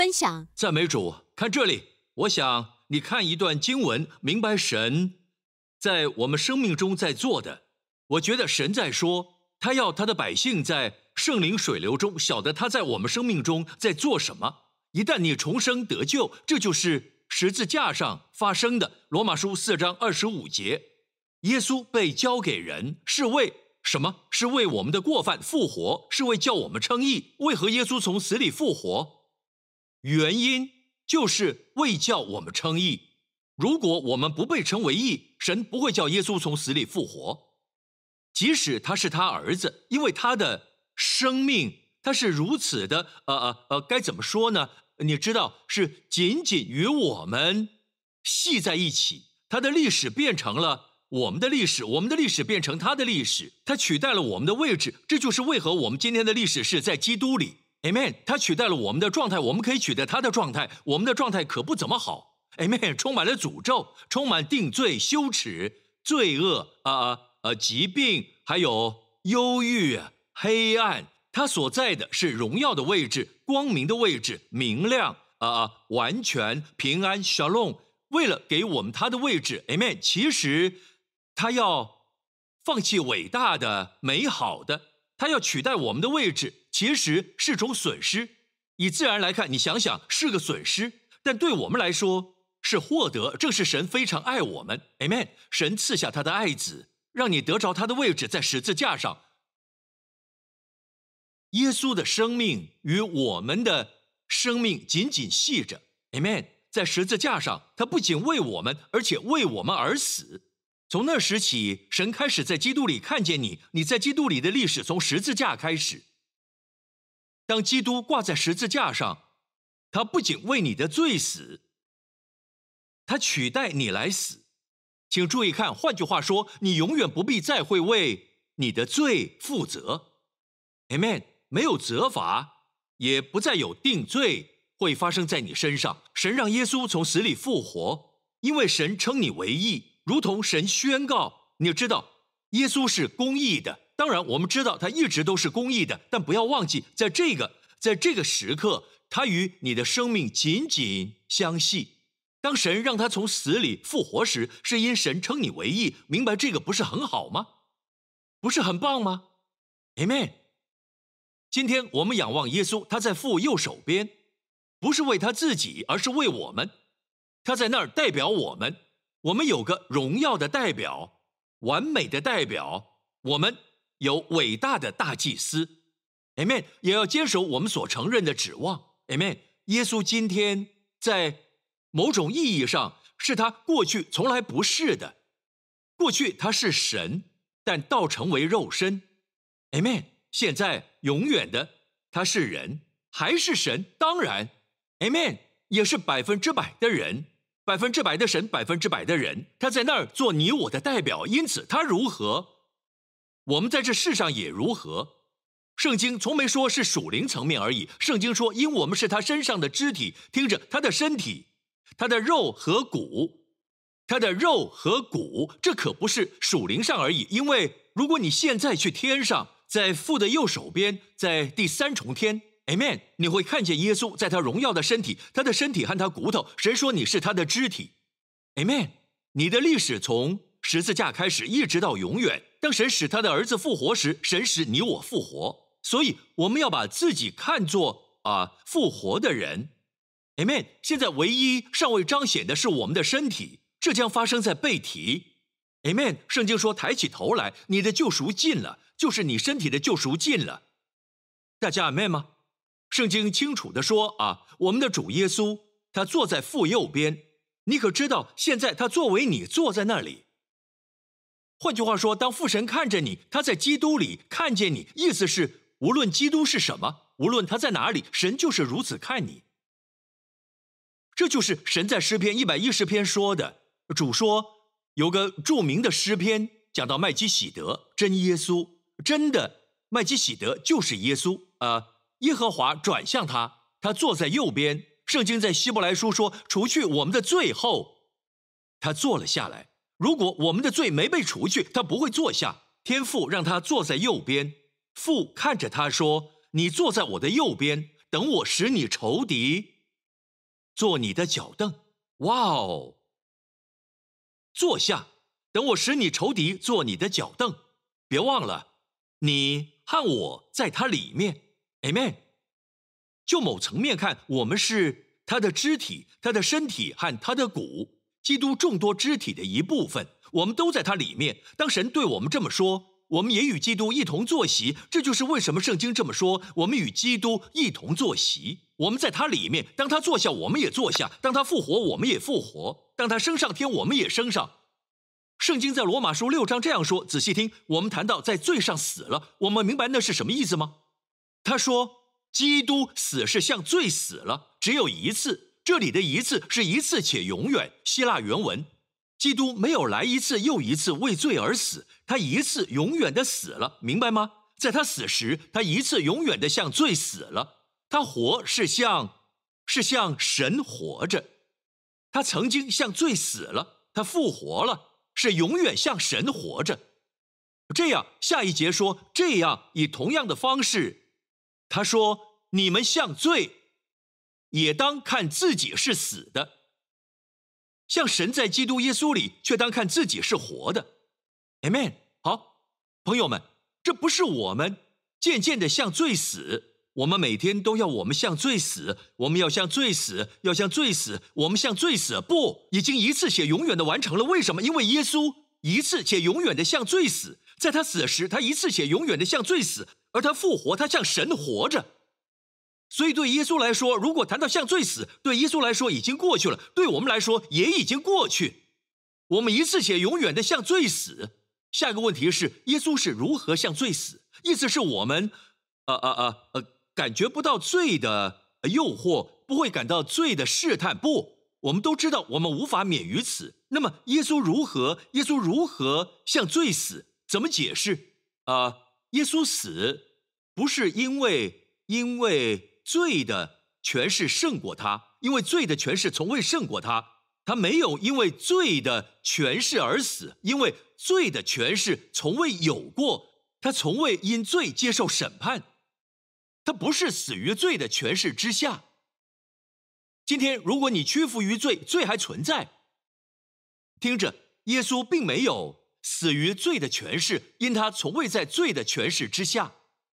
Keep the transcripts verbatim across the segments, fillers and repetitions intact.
分享。 赞美主，看这里，我想你看一段经文，明白神在我们生命中在做的。我觉得神在说，他要他的百姓在圣灵水流中晓得他在我们生命中在做什么。一旦你重生得救，这就是十字架上发生的。罗马书四章二十五节，耶稣被交给人，是为什么？是为我们的过犯复活，是为叫我们称义。为何耶稣从死里复活？原因就是为叫我们称义。如果我们不被称为义，神不会叫耶稣从死里复活。即使他是他儿子，因为他的生命，他是如此的，呃呃呃，该怎么说呢？你知道，是紧紧与我们系在一起。他的历史变成了我们的历史，我们的历史变成他的历史，他取代了我们的位置。这就是为何我们今天的历史是在基督里。Amen。他取代了我们的状态，我们可以取代他的状态。我们的状态可不怎么好。Amen。充满了诅咒，充满定罪、羞耻、罪恶啊啊呃疾病，还有忧郁、黑暗。他所在的是荣耀的位置，光明的位置，明亮啊啊，完全平安 Shalom。为了给我们他的位置 Amen。其实他要放弃伟大的、美好的，他要取代我们的位置，其实是种损失。以自然来看，你想想是个损失，但对我们来说是获得。正是神非常爱我们 Amen。神赐下他的爱子，让你得着他的位置，在十字架上。耶稣的生命与我们的生命紧紧系着 Amen。 在十字架上，他不仅为我们，而且为我们而死。从那时起，神开始在基督里看见你，你在基督里的历史从十字架开始。当基督挂在十字架上，他不仅为你的罪死，他取代你来死。请注意看，换句话说，你永远不必再会为你的罪负责 Amen。 没有责罚，也不再有定罪会发生在你身上。神让耶稣从死里复活，因为神称你为义，如同神宣告。你知道耶稣是公义的，当然我们知道他一直都是公义的，但不要忘记，在这个在这个时刻，他与你的生命紧紧相系。当神让他从死里复活时，是因神称你为义。明白这个不是很好吗？不是很棒吗？ Amen。 今天我们仰望耶稣，他在父右手边，不是为他自己，而是为我们。他在那儿代表我们，我们有个荣耀的代表，完美的代表，我们有伟大的大祭司 Amen。 也要坚守我们所承认的指望 Amen。 耶稣今天在某种意义上是他过去从来不是的。过去他是神，但道成为肉身 Amen。 现在永远的他是人，还是神，当然 Amen， 也是百分之百的人，百分之百的神，百分之百的人。他在那儿做你我的代表，因此他如何，我们在这世上也如何。圣经从没说是属灵层面而已，圣经说因我们是他身上的肢体。听着，他的身体，他的肉和骨，他的肉和骨，这可不是属灵上而已。因为如果你现在去天上，在父的右手边，在第三重天 Amen， 你会看见耶稣在他荣耀的身体，他的身体和他骨头，神说你是他的肢体 Amen。 你的历史从十字架开始，一直到永远。当神使他的儿子复活时，神使你我复活。所以我们要把自己看作啊复活的人 Amen。 现在唯一尚未彰显的是我们的身体，这将发生在背提 Amen。 圣经说抬起头来，你的救赎近了，就是你身体的救赎近了。大家 Amen 吗？圣经清楚地说啊，我们的主耶稣他坐在父右边，你可知道现在他作为你坐在那里。换句话说，当父神看着你，他在基督里看见你，意思是无论基督是什么，无论他在哪里，神就是如此看你。这就是神在诗篇一百一十篇说的。主说有个著名的诗篇讲到麦基洗德，真耶稣，真的麦基洗德就是耶稣。呃，耶和华转向他，他坐在右边。圣经在希伯来书说，除去我们的罪后，他坐了下来。如果我们的罪没被除去，他不会坐下。天父让他坐在右边，父看着他说，你坐在我的右边，等我使你仇敌做你的脚凳。哇哦！坐下，等我使你仇敌做你的脚凳。别忘了，你和我在他里面。Amen。就某层面看，我们是他的肢体，他的身体和他的骨，基督众多肢体的一部分，我们都在他里面。当神对我们这么说，我们也与基督一同坐席。这就是为什么圣经这么说，我们与基督一同坐席。我们在他里面，当他坐下，我们也坐下；当他复活，我们也复活；当他升上天，我们也升上。圣经在罗马书六章这样说，仔细听，我们谈到在罪上死了，我们明白那是什么意思吗？他说基督死是向罪死了，只有一次，这里的一次是一次且永远。希腊原文，基督没有来一次又一次为罪而死，他一次永远的死了，明白吗？在他死时，他一次永远的向罪死了。他活是向是向神活着，他曾经向罪死了，他复活了，是永远向神活着。这样下一节说，这样以同样的方式，他说你们向罪也当看自己是死的，像神在基督耶稣里却当看自己是活的。 Amen。 好，朋友们，这不是我们渐渐的向罪死，我们每天都要我们向罪死，我们要向罪死，要向罪死，我们向罪死。不，已经一次且永远的完成了。为什么？因为耶稣一次且永远的向罪死，在他死时，他一次且永远的向罪死，而他复活，他向神活着。所以对耶稣来说，如果谈到向罪死，对耶稣来说已经过去了，对我们来说也已经过去。我们一次且永远的向罪死。下一个问题是，耶稣是如何向罪死？意思是我们呃呃呃呃感觉不到罪的诱惑，不会感到罪的试探。不，我们都知道我们无法免于此。那么耶稣如何耶稣如何向罪死？怎么解释？啊、呃，耶稣死不是因为因为罪的权势胜过他，因为罪的权势从未胜过他，他没有因为罪的权势而死，因为罪的权势从未有过，他从未因罪接受审判，他不是死于罪的权势之下。今天如果你屈服于罪，罪还存在。听着，耶稣并没有死于罪的权势，因他从未在罪的权势之下。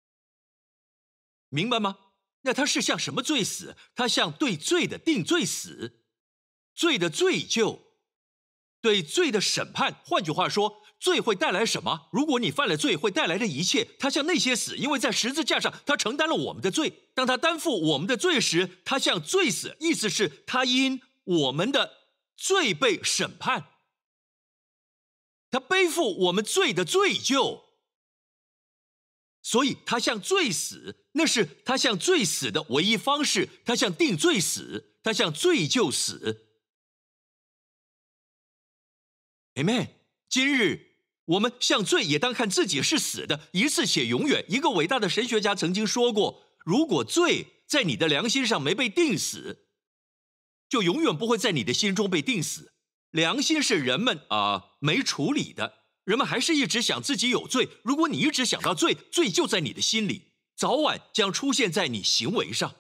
明白吗？那他是向什么罪死？他向对罪的定罪死，罪的罪疚，对罪的审判。换句话说，罪会带来什么？如果你犯了罪，会带来的一切，他向那些死，因为在十字架上他承担了我们的罪。当他担负我们的罪时，他向罪死，意思是他因我们的罪被审判，他背负我们罪的罪疚，所以他向罪死，那是他向罪死的唯一方式。他向定罪死，他向罪疚死。 Amen。 今日我们向罪也当看自己是死的，一次且永远。一个伟大的神学家曾经说过，如果罪在你的良心上没被定死，就永远不会在你的心中被定死。良心是人们啊、呃、没处理的，人们还是一直想自己有罪。如果你一直想到罪，罪就在你的心里，早晚将出现在你行为上。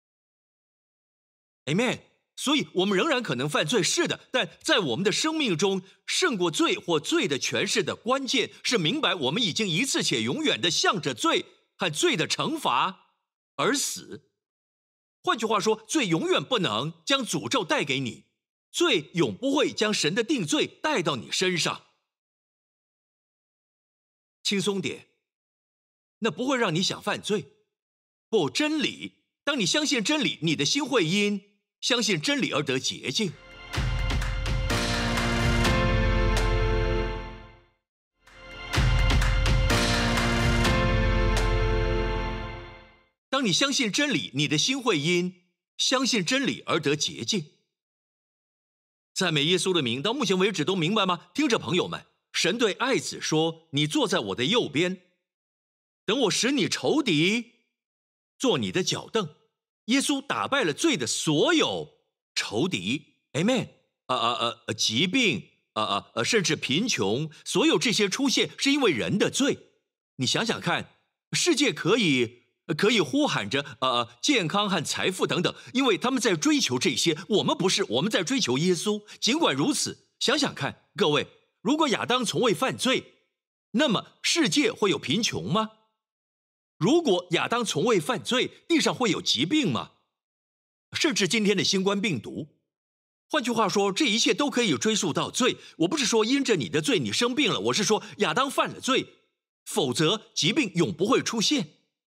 Amen。 所以我们仍然可能犯罪，是的，但在我们的生命中，胜过罪或罪的权势的关键是明白我们已经一次且永远地向着罪和罪的惩罚而死。换句话说，罪永远不能将诅咒带给你，罪永不会将神的定罪带到你身上。轻松点，那不会让你想犯罪。不，真理，当你相信真理，你的心会因相信真理而得洁净。当你相信真理，你的心会因相信真理而得洁净。赞美耶稣的名，到目前为止都明白吗？听着，朋友们，神对爱子说，你坐在我的右边，等我使你仇敌做你的脚凳。耶稣打败了罪的所有仇敌。 Amen。 啊啊啊！疾病啊啊啊，甚至贫穷，所有这些出现是因为人的罪。你想想看，世界可以可以呼喊着呃健康和财富等等，因为他们在追求这些。我们不是，我们在追求耶稣。尽管如此，想想看，各位，如果亚当从未犯罪，那么世界会有贫穷吗？如果亚当从未犯罪，地上会有疾病吗？甚至今天的新冠病毒。换句话说，这一切都可以追溯到罪。我不是说因着你的罪你生病了，我是说亚当犯了罪，否则疾病永不会出现。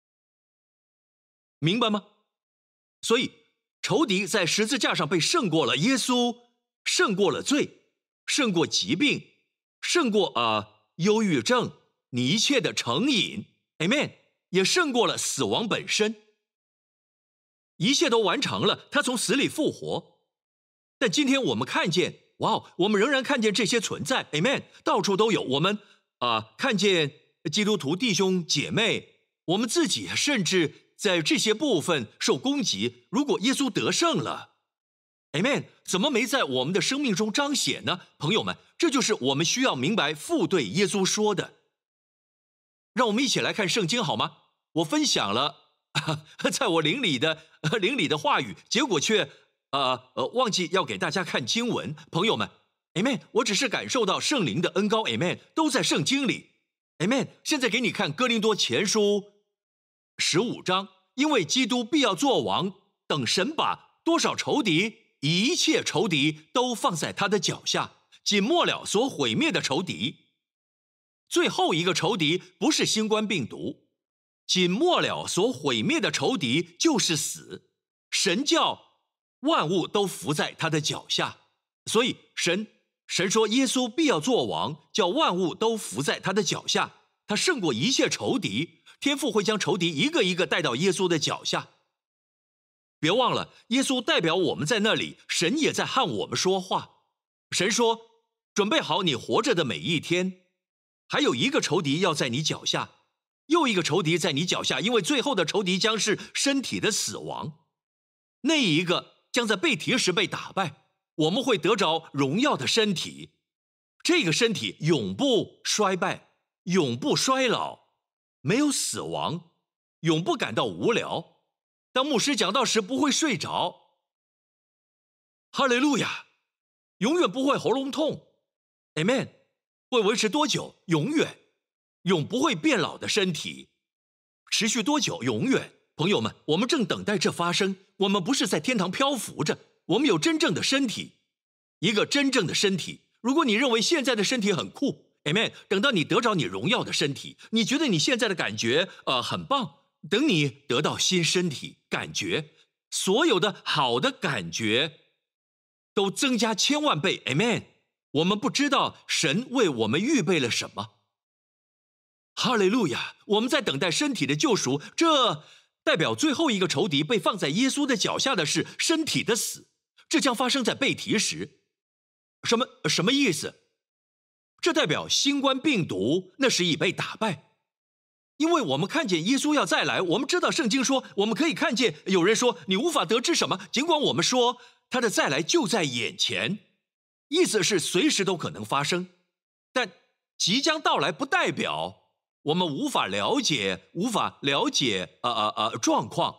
明白吗？所以仇敌在十字架上被胜过了，耶稣胜过了罪，胜过疾病，胜过啊、呃、忧郁症，你一切的成瘾 ，Amen， 也胜过了死亡本身。一切都完成了，他从死里复活。但今天我们看见，哇，我们仍然看见这些存在 ，Amen， 到处都有。我们啊、呃、看见基督徒弟兄姐妹，我们自己甚至在这些部分受攻击。如果耶稣得胜了 ，Amen， 怎么没在我们的生命中彰显呢？朋友们，这就是我们需要明白父对耶稣说的。让我们一起来看圣经好吗？我分享了在我灵里的灵里的话语，结果却呃呃忘记要给大家看经文。朋友们 ，Amen， 我只是感受到圣灵的恩膏 ，Amen， 都在圣经里 ，Amen。现在给你看哥林多前书十五章，因为基督必要作王，等神把多少仇敌，一切仇敌都放在他的脚下，仅末了所毁灭的仇敌。最后一个仇敌不是新冠病毒，仅末了所毁灭的仇敌就是死。神叫万物都伏在他的脚下，所以神神说耶稣必要作王，叫万物都伏在他的脚下。他胜过一切仇敌，天父会将仇敌一个一个带到耶稣的脚下。别忘了，耶稣代表我们在那里，神也在和我们说话。神说，准备好你活着的每一天，还有一个仇敌要在你脚下，又一个仇敌在你脚下，因为最后的仇敌将是身体的死亡。那一个将在被提时被打败，我们会得着荣耀的身体。这个身体永不衰败，永不衰老，没有死亡，永不感到无聊。当牧师讲道时不会睡着，哈利路亚，永远不会喉咙痛 ，Amen。会维持多久？永远，永不会变老的身体，持续多久？永远。朋友们，我们正等待这发生。我们不是在天堂漂浮着，我们有真正的身体，一个真正的身体。如果你认为现在的身体很酷 ，Amen， 等到你得着你荣耀的身体，你觉得你现在的感觉呃很棒，等你得到新身体，感觉所有的好的感觉都增加千万倍 ，Amen。我们不知道神为我们预备了什么。哈利路亚！我们在等待身体的救赎，这代表最后一个仇敌被放在耶稣的脚下的是身体的死，这将发生在被提时。什么什么意思？这代表新冠病毒那时已被打败，因为我们看见耶稣要再来。我们知道圣经说，我们可以看见有人说你无法得知什么，尽管我们说他的再来就在眼前，意思是随时都可能发生，但即将到来不代表我们无法了解，无法了解呃呃呃状况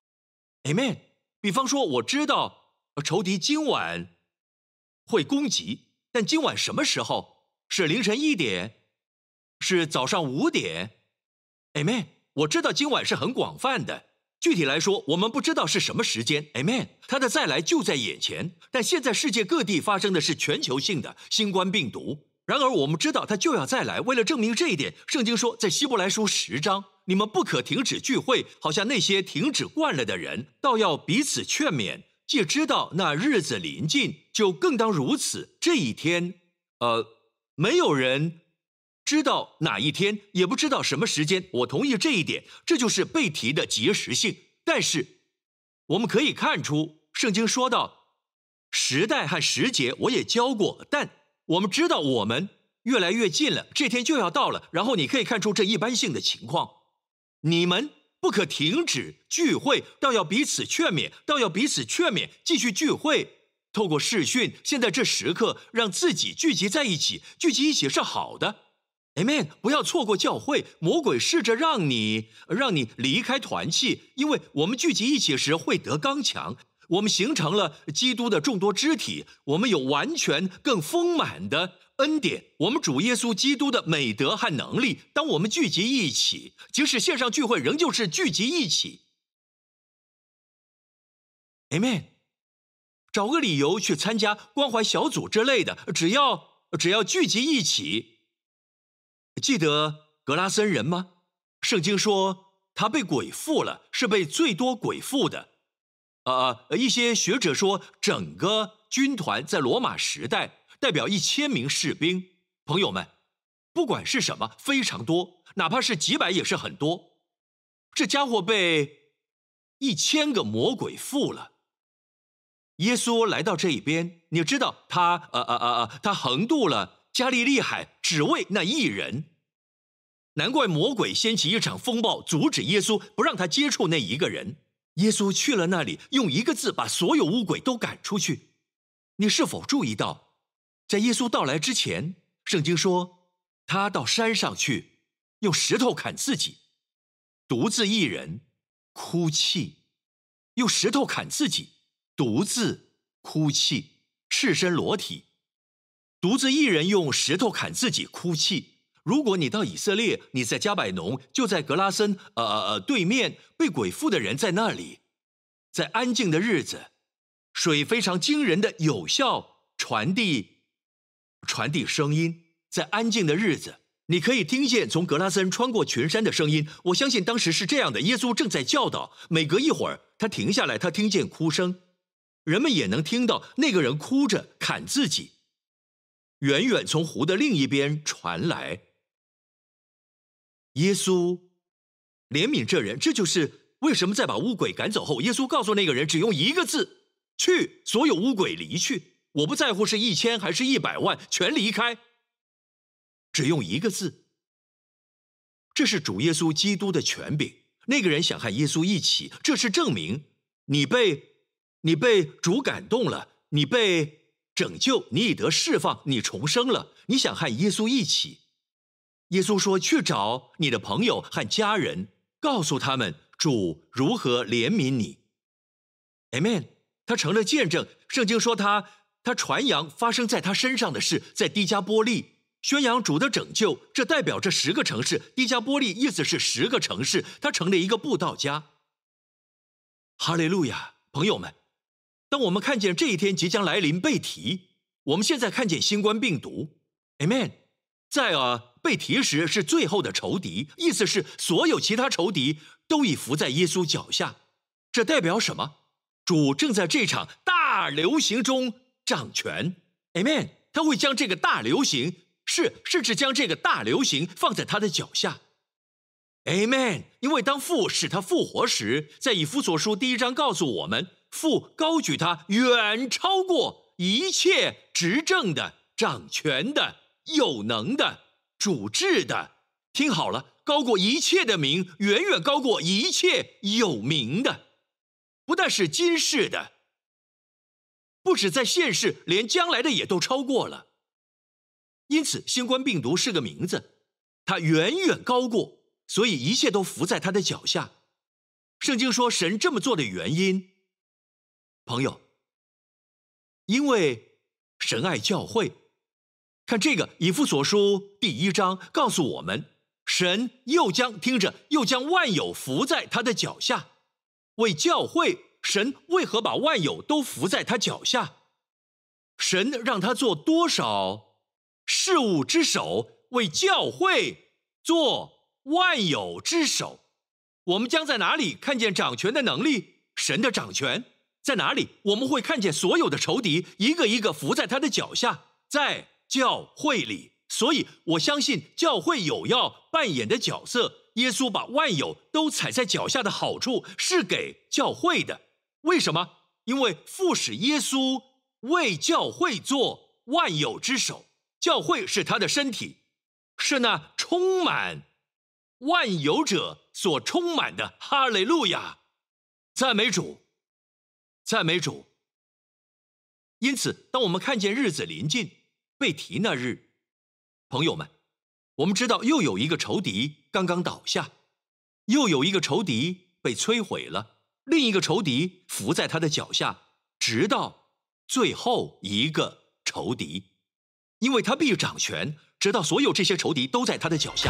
，Amen。比方说，我知道仇敌今晚会攻击，但今晚什么时候？是凌晨一点？是早上五点 ？Amen。我知道今晚是很广泛的，具体来说，我们不知道是什么时间 ，Amen。他的再来就在眼前，但现在世界各地发生的是全球性的新冠病毒。然而我们知道他就要再来，为了证明这一点，圣经说在希伯来书十章，你们不可停止聚会，好像那些停止惯了的人，倒要彼此劝勉，既知道那日子临近，就更当如此。这一天，呃，没有人知道哪一天，也不知道什么时间。我同意这一点，这就是被提的及时性。但是我们可以看出，圣经说到时代和时节，我也教过，但我们知道我们越来越近了，这天就要到了。然后你可以看出这一般性的情况，你们不可停止聚会，倒要彼此劝勉，倒要彼此劝勉，继续聚会，透过视讯。现在这时刻让自己聚集在一起，聚集一起是好的。 Amen， 不要错过教会，魔鬼试着让你让你离开团契，因为我们聚集一起时会得刚强，我们形成了基督的众多肢体，我们有完全更丰满的恩典，我们主耶稣基督的美德和能力。当我们聚集一起，即使线上聚会仍旧是聚集一起。Amen， 找个理由去参加关怀小组之类的，只要只要聚集一起。记得格拉森人吗？圣经说他被鬼附了，是被最多鬼附的。呃，一些学者说，整个军团在罗马时代代表一千名士兵。朋友们，不管是什么，非常多，哪怕是几百也是很多。这家伙被一千个魔鬼附了。耶稣来到这一边，你知道他呃呃呃呃，他横渡了加利利海，只为那一人。难怪魔鬼掀起一场风暴，阻止耶稣，不让他接触那一个人。耶稣去了那里，用一个字把所有污鬼都赶出去。你是否注意到，在耶稣到来之前，圣经说他到山上去，用石头砍自己，独自一人哭泣，用石头砍自己，独自哭泣，赤身裸体，独自一人用石头砍自己哭泣。如果你到以色列，你在加百农，就在格拉森呃呃对面，被鬼附的人在那里，在安静的日子，水非常惊人的有效传递传递声音。在安静的日子，你可以听见从格拉森穿过群山的声音。我相信当时是这样的，耶稣正在教导，每隔一会儿他停下来，他听见哭声，人们也能听到那个人哭着砍自己。远远从湖的另一边传来，耶稣怜悯这人，这就是为什么在把污鬼赶走后，耶稣告诉那个人只用一个字：去，所有污鬼离去。我不在乎是一千还是一百万，全离开。只用一个字。这是主耶稣基督的权柄。那个人想和耶稣一起，这是证明你被你被主感动了，你被拯救，你已得释放，你重生了，你想和耶稣一起。耶稣说，去找你的朋友和家人，告诉他们主如何怜悯你。 Amen。 他成了见证。圣经说他他传扬发生在他身上的事，在低加波利宣扬主的拯救，这代表着十个城市。低加波利意思是十个城市，他成了一个布道家。哈利路亚。朋友们，当我们看见这一天即将来临被提，我们现在看见新冠病毒。 Amen。 在啊被提时是最后的仇敌，意思是所有其他仇敌都已伏在耶稣脚下。这代表什么？主正在这场大流行中掌权。 Amen。 他会将这个大流行是是指将这个大流行放在他的脚下。 Amen。 因为当父使他复活时，在以弗所书第一章告诉我们，父高举他远超过一切执政的、掌权的、有能的、主治的。听好了，高过一切的名，远远高过一切有名的。不但是今世的，不止在现世，连将来的也都超过了。因此新冠病毒是个名字，它远远高过，所以一切都伏在他的脚下。圣经说神这么做的原因，朋友，因为神爱教会。看这个以弗所书第一章告诉我们，神又将听着又将万有伏在他的脚下。为教会，神为何把万有都伏在他脚下？神让他做多少事物之首，为教会做万有之首。我们将在哪里看见掌权的能力？神的掌权在哪里？我们会看见所有的仇敌一个一个伏在他的脚下，在教会里。所以我相信教会有要扮演的角色。耶稣把万有都踩在脚下的好处是给教会的。为什么？因为父使耶稣为教会做万有之首，教会是他的身体，是那充满万有者所充满的。哈利路亚，赞美主，赞美主。因此当我们看见日子临近，被提那日，朋友们， 我们知道又有一个仇敌刚刚倒下，又有一个仇敌被摧毁了，另一个仇敌伏在他的脚下，直到最后一个仇敌，因为他必掌权，直到所有这些仇敌都在他的脚下。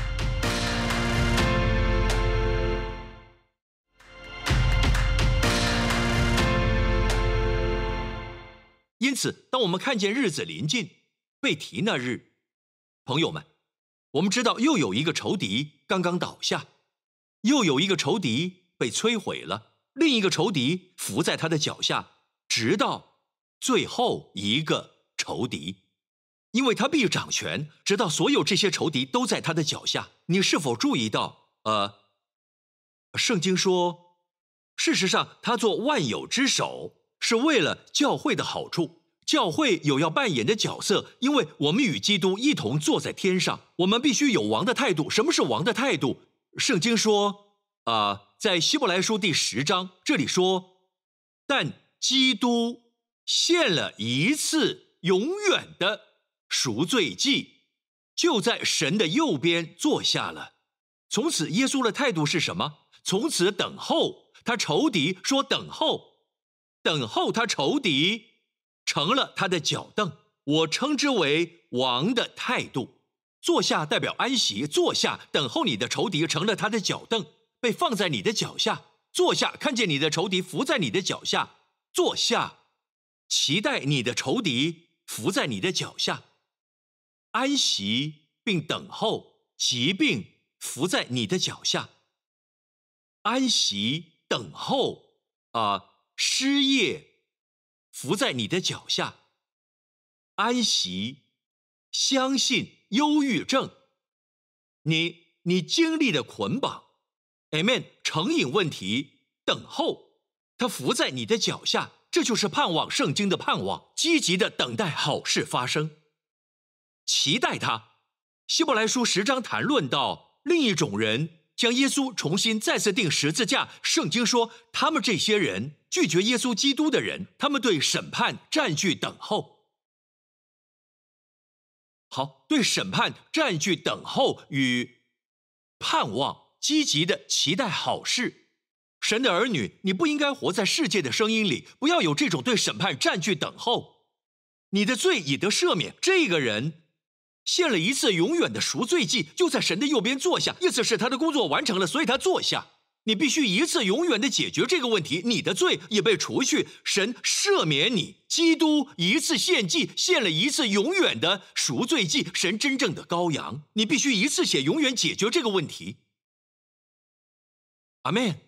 因此，当我们看见日子临近，被提那日，朋友们，我们知道又有一个仇敌刚刚倒下，又有一个仇敌被摧毁了，另一个仇敌伏在他的脚下，直到最后一个仇敌，因为他必掌权，直到所有这些仇敌都在他的脚下。你是否注意到，呃，圣经说，事实上他做万有之首，是为了教会的好处。教会有要扮演的角色，因为我们与基督一同坐在天上，我们必须有王的态度。什么是王的态度？圣经说，啊、呃，在希伯来书第十章这里说，但基督献了一次永远的赎罪祭，就在神的右边坐下了。从此耶稣的态度是什么？从此等候他仇敌，说等候，等候他仇敌成了他的脚凳。我称之为王的态度。坐下代表安息，坐下等候你的仇敌成了他的脚凳，被放在你的脚下。坐下看见你的仇敌伏在你的脚下，坐下期待你的仇敌伏在你的脚下，安息并等候疾病伏在你的脚下，安息等候啊、呃、失业伏在你的脚下，安息相信忧郁症，你你经历的捆绑 Amen 成瘾问题，等候它伏在你的脚下，这就是盼望，圣经的盼望，积极的等待好事发生，期待它。希伯来书十章谈论到另一种人将耶稣重新再次钉十字架，圣经说他们这些人拒绝耶稣基督的人，他们对审判占据等候。好，对审判占据等候与盼望，积极的期待好事。神的儿女，你不应该活在世界的声音里，不要有这种对审判占据等候。你的罪已得赦免，这个人献了一次永远的赎罪祭，就在神的右边坐下，意思是他的工作完成了，所以他坐下。你必须一次永远的解决这个问题，你的罪也被除去，神赦免你。基督一次献祭，献了一次永远的赎罪祭，神真正的羔羊，你必须一次血永远解决这个问题。阿们。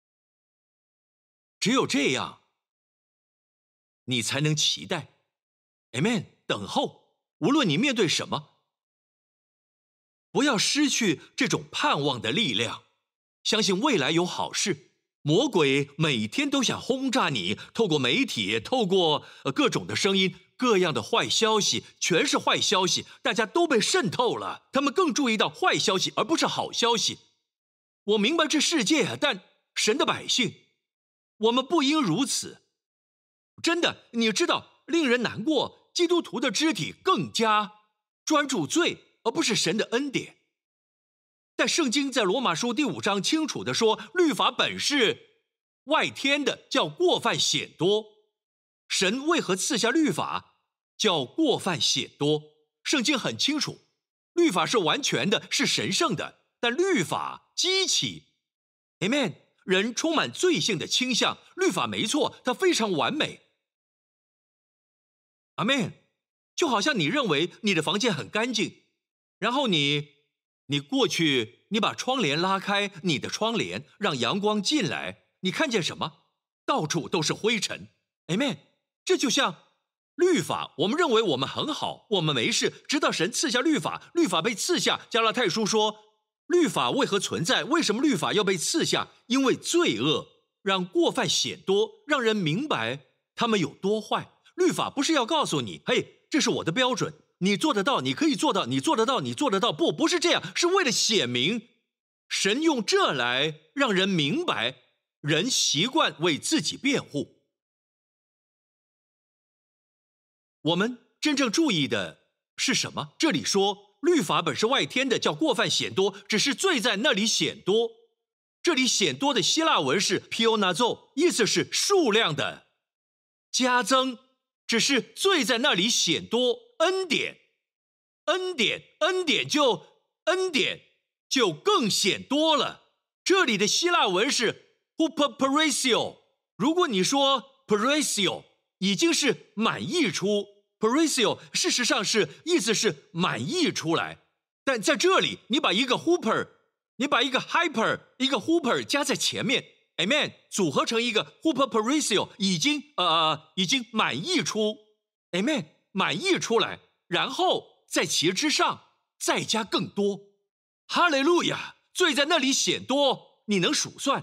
只有这样，你才能期待。Amen， 等候，无论你面对什么，不要失去这种盼望的力量，相信未来有好事。魔鬼每天都想轰炸你，透过媒体，透过各种的声音，各样的坏消息，全是坏消息，大家都被渗透了，他们更注意到坏消息而不是好消息。我明白这世界，但神的百姓，我们不应如此。真的，你知道，令人难过，基督徒的肢体更加专注罪，而不是神的恩典。但圣经在罗马书第五章清楚地说，律法本是外天的，叫过犯显多。神为何赐下律法，叫过犯显多？圣经很清楚，律法是完全的，是神圣的，但律法激起 Amen 人充满罪性的倾向。律法没错，它非常完美。阿们。就好像你认为你的房间很干净，然后你你过去，你把窗帘拉开，你的窗帘让阳光进来，你看见什么？到处都是灰尘。Amen。这就像律法，我们认为我们很好，我们没事，直到神赐下律法，律法被赐下。加拉太书说，律法为何存在？为什么律法要被赐下？因为罪恶让过犯显多，让人明白他们有多坏。律法不是要告诉你，嘿，这是我的标准，你做得到，你可以做到，你做得到，你做得到。不，不是这样，是为了显明，神用这来让人明白，人习惯为自己辩护。我们真正注意的是什么？这里说律法本是外添的，叫过犯显多，只是罪在那里显多。这里显多的希腊文是 pionazo， 意思是数量的加增，只是罪在那里显多，恩典，恩典，恩典就恩典就更显多了。这里的希腊文是 huperperatio， 如果你说 peratio 已经是满溢出 ，peratio 事实上是意思是满溢出来，但在这里你把一个 huper， 你把一个 hyper， 一个 huper 加在前面 ，amen， 组合成一个 huperperatio， 已经呃已经满溢出 ，amen， 满溢出来，然后在其之上再加更多，哈利路亚！罪在那里显多，你能数算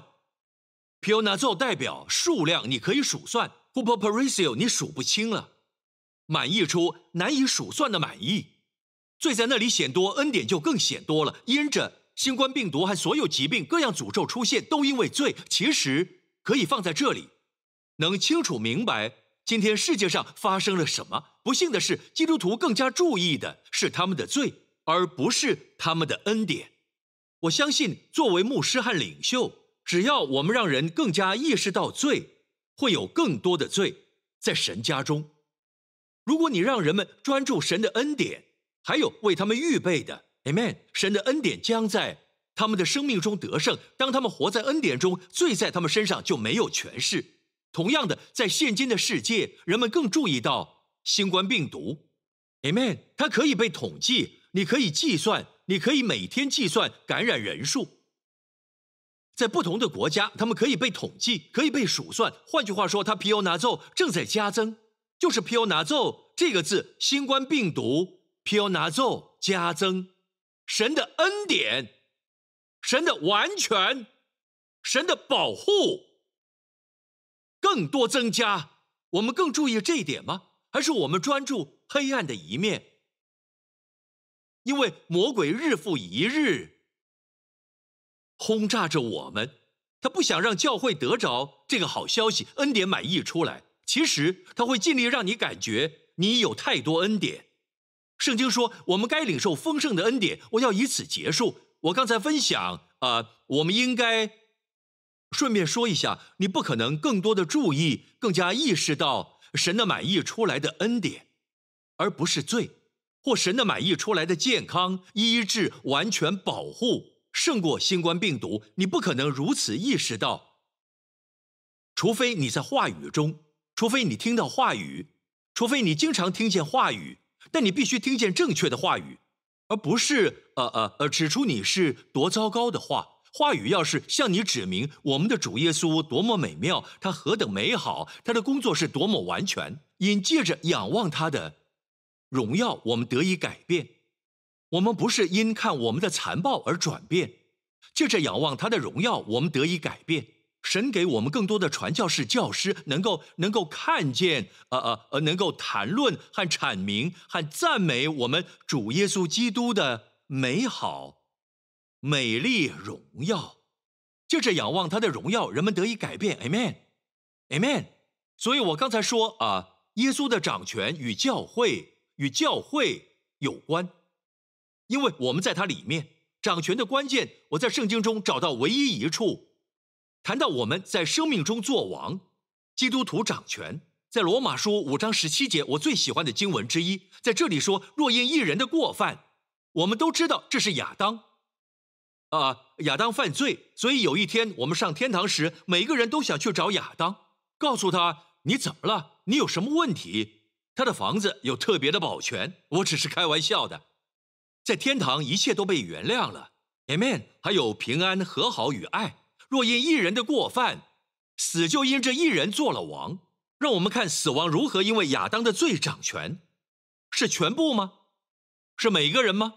？pionazo 代表数量，你可以数算 ；huperperatio 你数不清了。满溢出难以数算的满溢，罪在那里显多，恩典就更显多了。因着新冠病毒和所有疾病各样诅咒出现，都因为罪。其实可以放在这里，能清楚明白今天世界上发生了什么。不幸的是，基督徒更加注意的是他们的罪，而不是他们的恩典。我相信，作为牧师和领袖，只要我们让人更加意识到罪，会有更多的罪在神家中。如果你让人们专注神的恩典，还有为他们预备的 Amen， 神的恩典将在他们的生命中得胜。当他们活在恩典中，罪在他们身上就没有权势。同样的，在现今的世界，人们更注意到新冠病毒 Amen， 它可以被统计，你可以计算，你可以每天计算感染人数。在不同的国家，他们可以被统计，可以被数算。换句话说，它 pionazo 正在加增，就是 pionazo 这个字，新冠病毒 pionazo 加增，神的恩典，神的完全，神的保护更多增加。我们更注意这一点吗？还是我们专注黑暗的一面？因为魔鬼日复一日轰炸着我们，他不想让教会得着这个好消息，恩典满溢出来。其实他会尽力让你感觉你有太多恩典。圣经说我们该领受丰盛的恩典。我要以此结束。我刚才分享呃，我们应该顺便说一下，你不可能更多的注意，更加意识到神的满溢出来的恩典，而不是罪，或神的满溢出来的健康、医治、完全保护胜过新冠病毒。你不可能如此意识到，除非你在话语中，除非你听到话语，除非你经常听见话语，但你必须听见正确的话语，而不是呃呃呃指出你是多糟糕的话。话语要是向你指明我们的主耶稣多么美妙，他何等美好，他的工作是多么完全，因借着仰望他的荣耀，我们得以改变。我们不是因看我们的残暴而转变，借着仰望他的荣耀，我们得以改变。神给我们更多的传教士、教师，能够能够看见，呃呃呃，能够谈论和阐明和赞美我们主耶稣基督的美好、美丽、荣耀。借着仰望他的荣耀，人们得以改变。Amen， Amen。所以我刚才说啊、呃，耶稣的掌权与教会与教会有关，因为我们在他里面。掌权的关键，我在圣经中找到唯一一处。谈到我们在生命中作王，基督徒掌权，在罗马书五章十七节，我最喜欢的经文之一，在这里说：若因一人的过犯，我们都知道这是亚当，啊、呃，亚当犯罪，所以有一天我们上天堂时，每个人都想去找亚当，告诉他你怎么了，你有什么问题？他的房子有特别的保全，我只是开玩笑的。在天堂一切都被原谅了 ，Amen， 还有平安、和好与爱。若因一人的过犯，死就因这一人做了王。让我们看死亡如何因为亚当的罪掌权，是全部吗？是每个人吗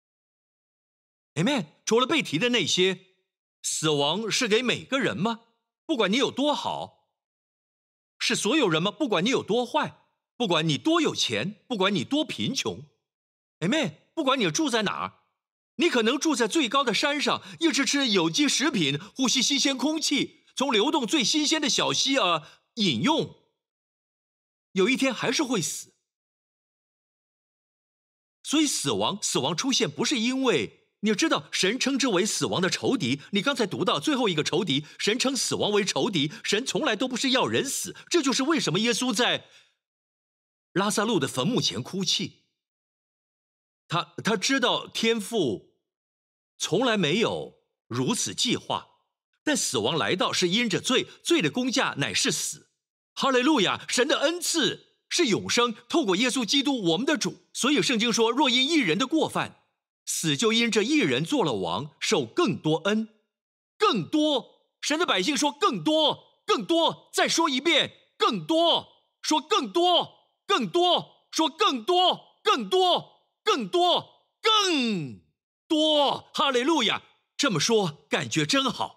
？Amen。除了被提的那些，死亡是给每个人吗？不管你有多好，是所有人吗？不管你有多坏，不管你多有钱，不管你多贫穷 ，Amen。不管你住在哪儿。你可能住在最高的山上，一直吃有机食品，呼吸新鲜空气，从流动最新鲜的小溪啊饮用，有一天还是会死。 所以死亡，死亡出现不是因为你知道神称之为死亡的仇敌。你刚才读到最后一个仇敌，神称死亡为仇敌，神从来都不是要人死。这就是为什么耶稣在拉撒路的坟墓前哭泣。他他知道天父从来没有如此计划，但死亡来到是因着罪，罪的工价乃是死。哈利路亚！神的恩赐是永生，透过耶稣基督我们的主。所以圣经说，若因一人的过犯，死就因这一人做了王，受更多恩。更多，神的百姓说更多，更多，再说一遍，更多，说更多，更多，说更多，更多，更多，更多。哈利路亚！这么说感觉真好。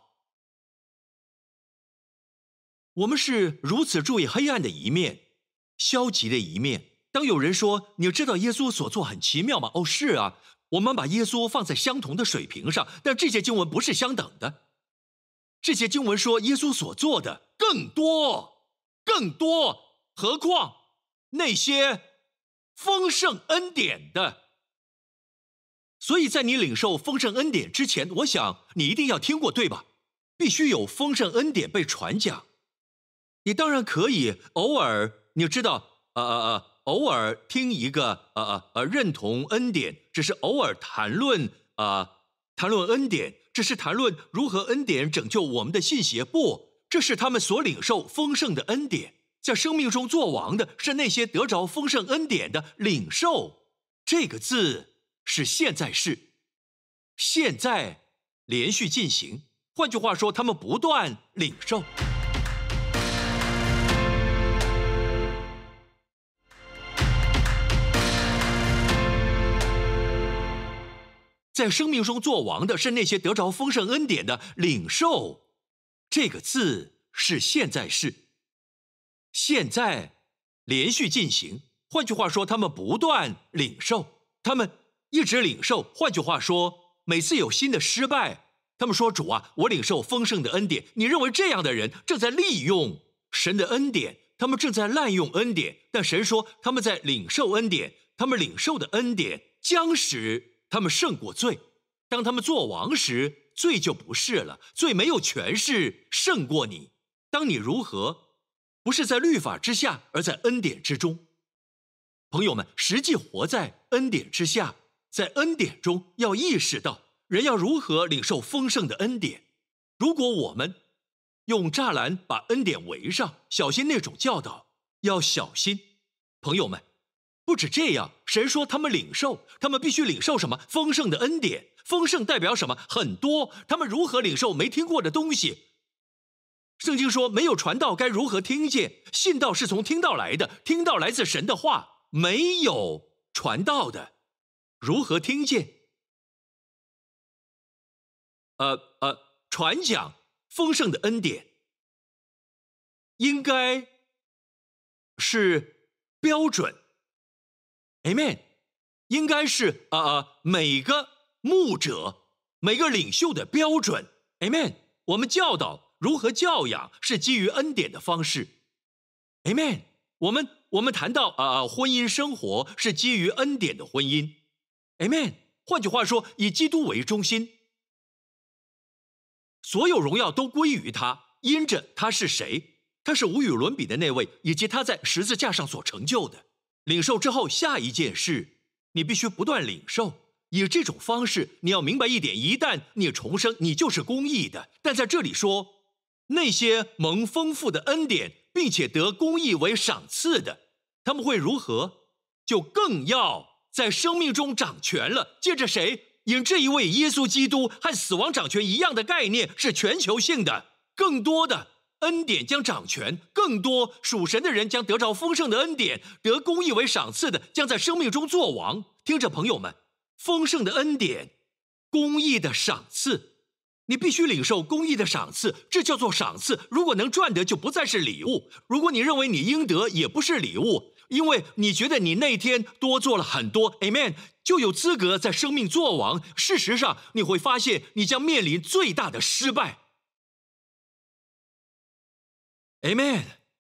我们是如此注意黑暗的一面，消极的一面。当有人说你知道耶稣所做很奇妙吗？哦，是啊，我们把耶稣放在相同的水平上，但这些经文不是相等的。这些经文说耶稣所做的更多，更多，何况那些丰盛恩典的。所以在你领受丰盛恩典之前，我想你一定要听过，对吧？必须有丰盛恩典被传讲。你当然可以偶尔，你知道，呃呃呃，偶尔听一个，呃呃呃，认同恩典，只是偶尔谈论，呃，谈论恩典，只是谈论如何恩典拯救我们的信邪。不，这是他们所领受丰盛的恩典。在生命中作王的是那些得着丰盛恩典的领受。这个字是现在式，现在连续进行。换句话说，他们不断领受。在生命中作王的是那些得着丰盛恩典的领受。这个字是现在式，现在连续进行。换句话说，他们不断领受，他们一直领受。换句话说，每次有新的失败，他们说主啊，我领受丰盛的恩典。你认为这样的人正在利用神的恩典，他们正在滥用恩典，但神说他们在领受恩典，他们领受的恩典将使他们胜过罪。当他们做王时，罪就不是了，罪没有权势胜过你。当你如何不是在律法之下，而在恩典之中。朋友们，实际活在恩典之下，在恩典中要意识到人要如何领受丰盛的恩典。如果我们用栅栏把恩典围上，小心那种教导，要小心。朋友们，不止这样，神说他们领受，他们必须领受什么？丰盛的恩典。丰盛代表什么？很多。他们如何领受没听过的东西？圣经说没有传道该如何听见？信道是从听道来的，听道来自神的话。没有传道的如何听见？呃呃，传讲丰盛的恩典应该是标准 Amen， 应该是呃呃每个牧者每个领袖的标准 Amen。 我们教导如何教养是基于恩典的方式 Amen。 我们我们谈到啊、呃、婚姻生活是基于恩典的婚姻 Amen。 换句话说，以基督为中心，所有荣耀都归于他，因着他是谁？他是无与伦比的那位，以及他在十字架上所成就的。领受之后，下一件事你必须不断领受。以这种方式，你要明白一点，一旦你重生，你就是公义的。但在这里说，那些蒙丰富的恩典并且得公义为赏赐的，他们会如何？就更要在生命中掌权了。借着谁？因这一位耶稣基督和死亡掌权一样的概念，是全球性的。更多的恩典将掌权，更多属神的人将得着丰盛的恩典，得公义为赏赐的将在生命中作王。听着朋友们，丰盛的恩典，公义的赏赐，你必须领受公义的赏赐，这叫做赏赐。如果能赚得，就不再是礼物。如果你认为你应得，也不是礼物，因为你觉得你那天多做了很多 Amen， 就有资格在生命作王。事实上，你会发现你将面临最大的失败。Amen。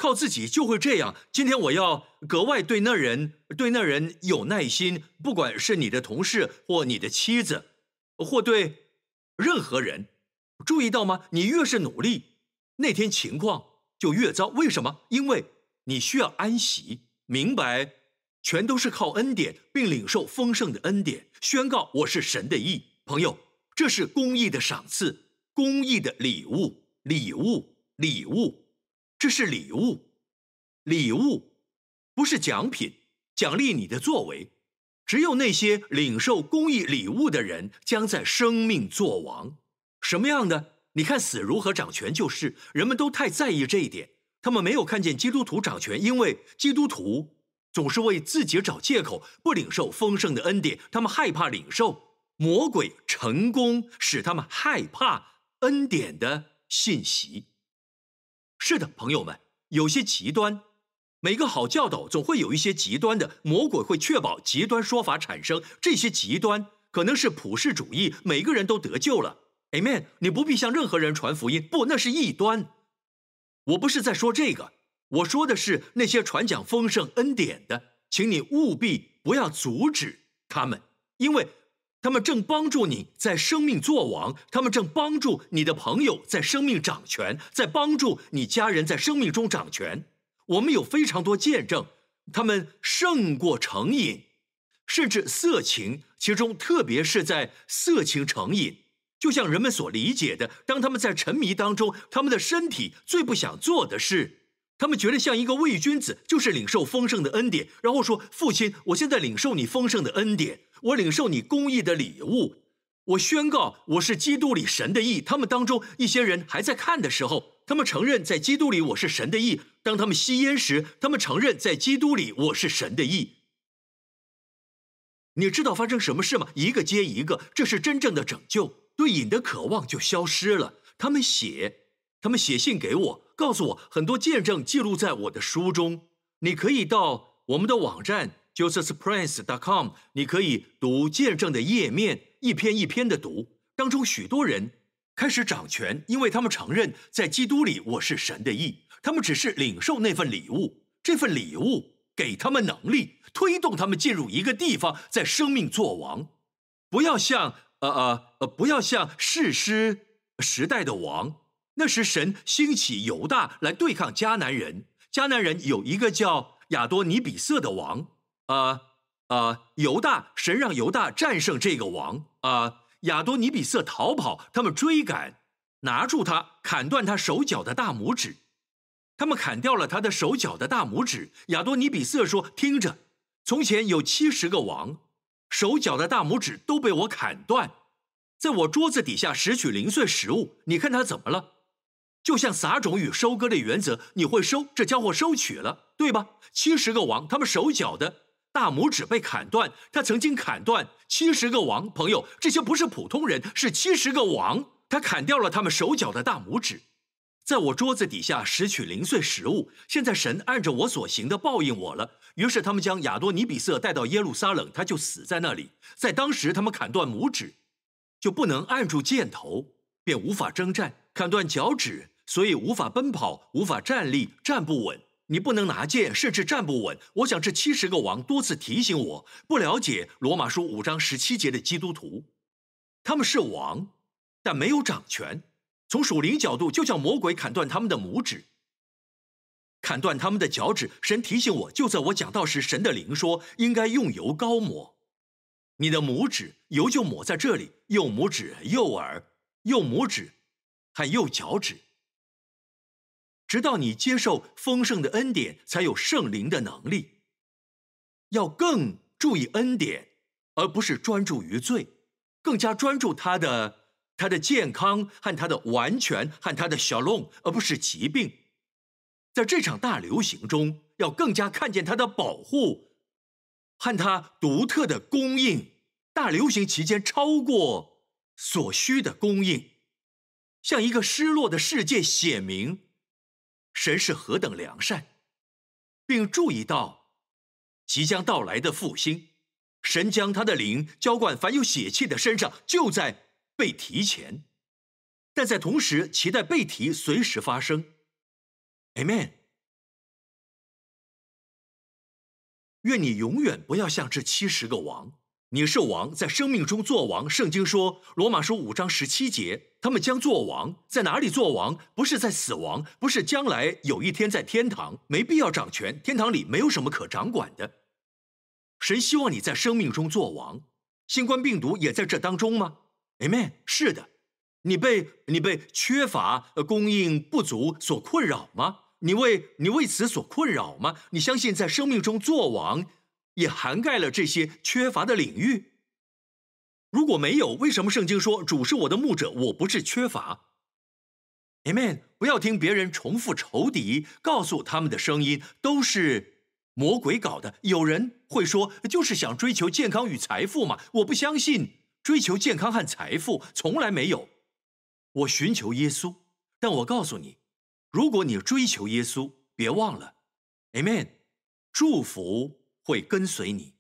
靠自己就会这样。今天我要格外对那人对那人有耐心，不管是你的同事或你的妻子，或对任何人。注意到吗？你越是努力，那天情况就越糟。为什么？因为你需要安息，明白全都是靠恩典，并领受丰盛的恩典，宣告我是神的义。朋友，这是公义的赏赐，公义的礼物，礼物，礼物，这是礼物，礼物，不是奖品，奖励你的作为。只有那些领受公义礼物的人，将在生命作王。什么样的？你看死如何掌权，就是人们都太在意这一点，他们没有看见基督徒掌权，因为基督徒总是为自己找借口，不领受丰盛的恩典，他们害怕领受。魔鬼成功使他们害怕恩典的信息。是的，朋友们，有些极端，每个好教导总会有一些极端的，魔鬼会确保极端说法产生。这些极端可能是普世主义，每个人都得救了 Amen， 你不必向任何人传福音，不，那是异端。我不是在说这个，我说的是那些传讲丰盛恩典的，请你务必不要阻止他们，因为他们正帮助你在生命作王，他们正帮助你的朋友在生命掌权，在帮助你家人在生命中掌权。我们有非常多见证，他们胜过成瘾，甚至色情，其中特别是在色情成瘾，就像人们所理解的，当他们在沉迷当中，他们的身体最不想做的事，他们觉得像一个伪君子，就是领受丰盛的恩典，然后说，父亲，我现在领受你丰盛的恩典，我领受你公义的礼物，我宣告我是基督里神的义。他们当中一些人还在看的时候，他们承认在基督里我是神的义，当他们吸烟时，他们承认在基督里我是神的义。你知道发生什么事吗？一个接一个，这是真正的拯救，对瘾的渴望就消失了。他们写他们写信给我，告诉我很多见证记录在我的书中，你可以到我们的网站 joseph prince dot com， 你可以读见证的页面，一篇一篇的读，当中许多人开始掌权，因为他们承认在基督里我是神的义，他们只是领受那份礼物，这份礼物给他们能力，推动他们进入一个地方，在生命作王。不要像呃呃呃，不要像士师时代的王，那时神兴起犹大来对抗迦南人，迦南人有一个叫亚多尼比色的王，呃呃，犹大神让犹大战胜这个王，呃，亚多尼比色逃跑，他们追赶，拿住他，砍断他手脚的大拇指。他们砍掉了他的手脚的大拇指。亚多尼比色说：“听着，从前有七十个王，手脚的大拇指都被我砍断，在我桌子底下拾取零碎食物。你看他怎么了？就像撒种与收割的原则，你会收，这家伙收取了，对吧？七十个王，他们手脚的大拇指被砍断，他曾经砍断七十个王。朋友，这些不是普通人，是七十个王，他砍掉了他们手脚的大拇指。”在我桌子底下拾取零碎食物，现在神按着我所行的报应我了。于是他们将亚多尼比色带到耶路撒冷，他就死在那里。在当时他们砍断拇指，就不能按住箭头，便无法征战；砍断脚趾，所以无法奔跑，无法站立，站不稳。你不能拿剑，甚至站不稳。我想这七十个王多次提醒我，不了解罗马书五章十七节的基督徒，他们是王，但没有掌权。从属灵角度，就像魔鬼砍断他们的拇指，砍断他们的脚趾。神提醒我，就在我讲道时，神的灵说应该用油膏抹你的拇指，油就抹在这里，右拇指、右耳、右拇指和右脚趾，直到你接受丰盛的恩典，才有圣灵的能力。要更注意恩典，而不是专注于罪，更加专注他的他的健康和他的完全和他的 shalom， 而不是疾病。在这场大流行中，要更加看见他的保护和他独特的供应。大流行期间超过所需的供应，向一个失落的世界显明神是何等良善，并注意到即将到来的复兴。神将他的灵浇灌凡有血气的身上，就在被提前，但在同时期待被提随时发生。 Amen。 愿你永远不要像这七十个王。你是王，在生命中做王。圣经说，罗马书五章十七节，他们将做王，在哪里做王？不是在死亡，不是将来有一天在天堂，没必要掌权，天堂里没有什么可掌管的。神希望你在生命中做王。新冠病毒也在这当中吗？ Amen， 是的。你被你被缺乏供应不足所困扰吗？你为你为此所困扰吗？你相信在生命中做王也涵盖了这些缺乏的领域？如果没有，为什么圣经说主是我的牧者，我不致缺乏？ Amen。 不要听别人重复仇敌告诉他们的声音，都是魔鬼搞的。有人会说，就是想追求健康与财富嘛。我不相信追求健康和财富，从来没有。我寻求耶稣，但我告诉你，如果你追求耶稣，别忘了 Amen， 祝福会跟随你。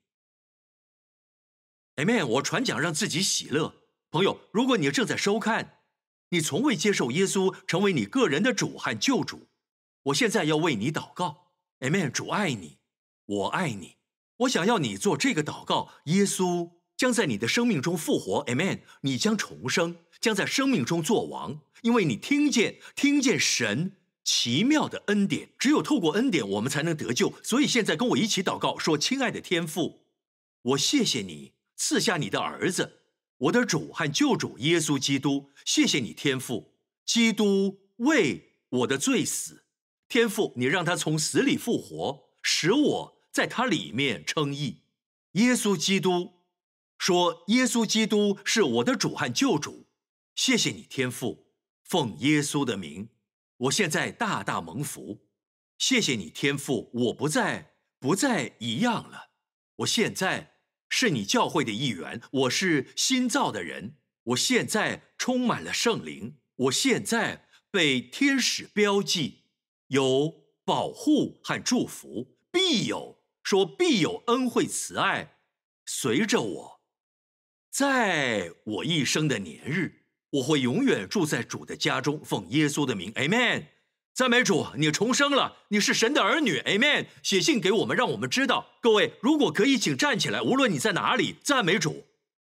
Amen。 我传讲让自己喜乐。朋友，如果你正在收看，你从未接受耶稣成为你个人的主和救主，我现在要为你祷告。 Amen。 主爱你，我爱你。我想要你做这个祷告，耶稣将在你的生命中复活。 Amen。 你将重生，将在生命中做王，因为你听见听见神奇妙的恩典。只有透过恩典我们才能得救。所以现在跟我一起祷告，说，亲爱的天父，我谢谢你赐下你的儿子，我的主和救主耶稣基督。谢谢你天父，基督为我的罪死，天父你让他从死里复活，使我在他里面称义。耶稣基督说，耶稣基督是我的主和救主。谢谢你天父，奉耶稣的名，我现在大大蒙福。谢谢你天父，我不再不再一样了。我现在是你教会的一员，我是新造的人。我现在充满了圣灵，我现在被天使标记，有保护和祝福，必有说必有恩惠慈爱随着我，在我一生的年日，我会永远住在主的家中。奉耶稣的名 Amen。 赞美主，你重生了，你是神的儿女 Amen。 写信给我们，让我们知道。各位如果可以请站起来，无论你在哪里，赞美主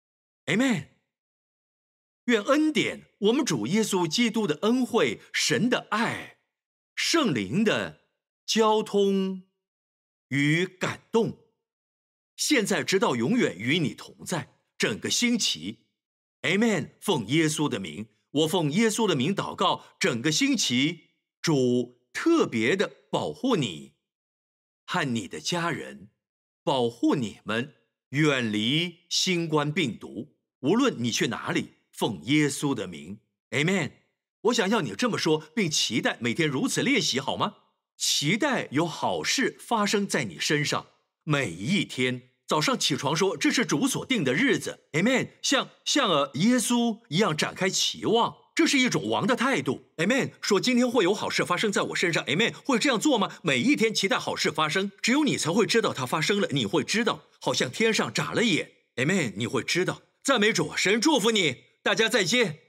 Amen。 愿恩典，我们主耶稣基督的恩惠，神的爱，圣灵的交通与感动，现在直到永远与你同在。整个星期 Amen。 奉耶稣的名，我奉耶稣的名祷告，整个星期主特别的保护你和你的家人，保护你们远离新冠病毒，无论你去哪里，奉耶稣的名 Amen。 我想要你这么说，并期待每天如此练习，好吗？期待有好事发生在你身上，每一天早上起床说，这是主所定的日子 Amen。 像像呃耶稣一样展开期望，这是一种王的态度 Amen。 说今天会有好事发生在我身上 Amen。 会这样做吗？每一天期待好事发生，只有你才会知道它发生了，你会知道，好像天上眨了眼 Amen。 你会知道。赞美主，神祝福你，大家再见。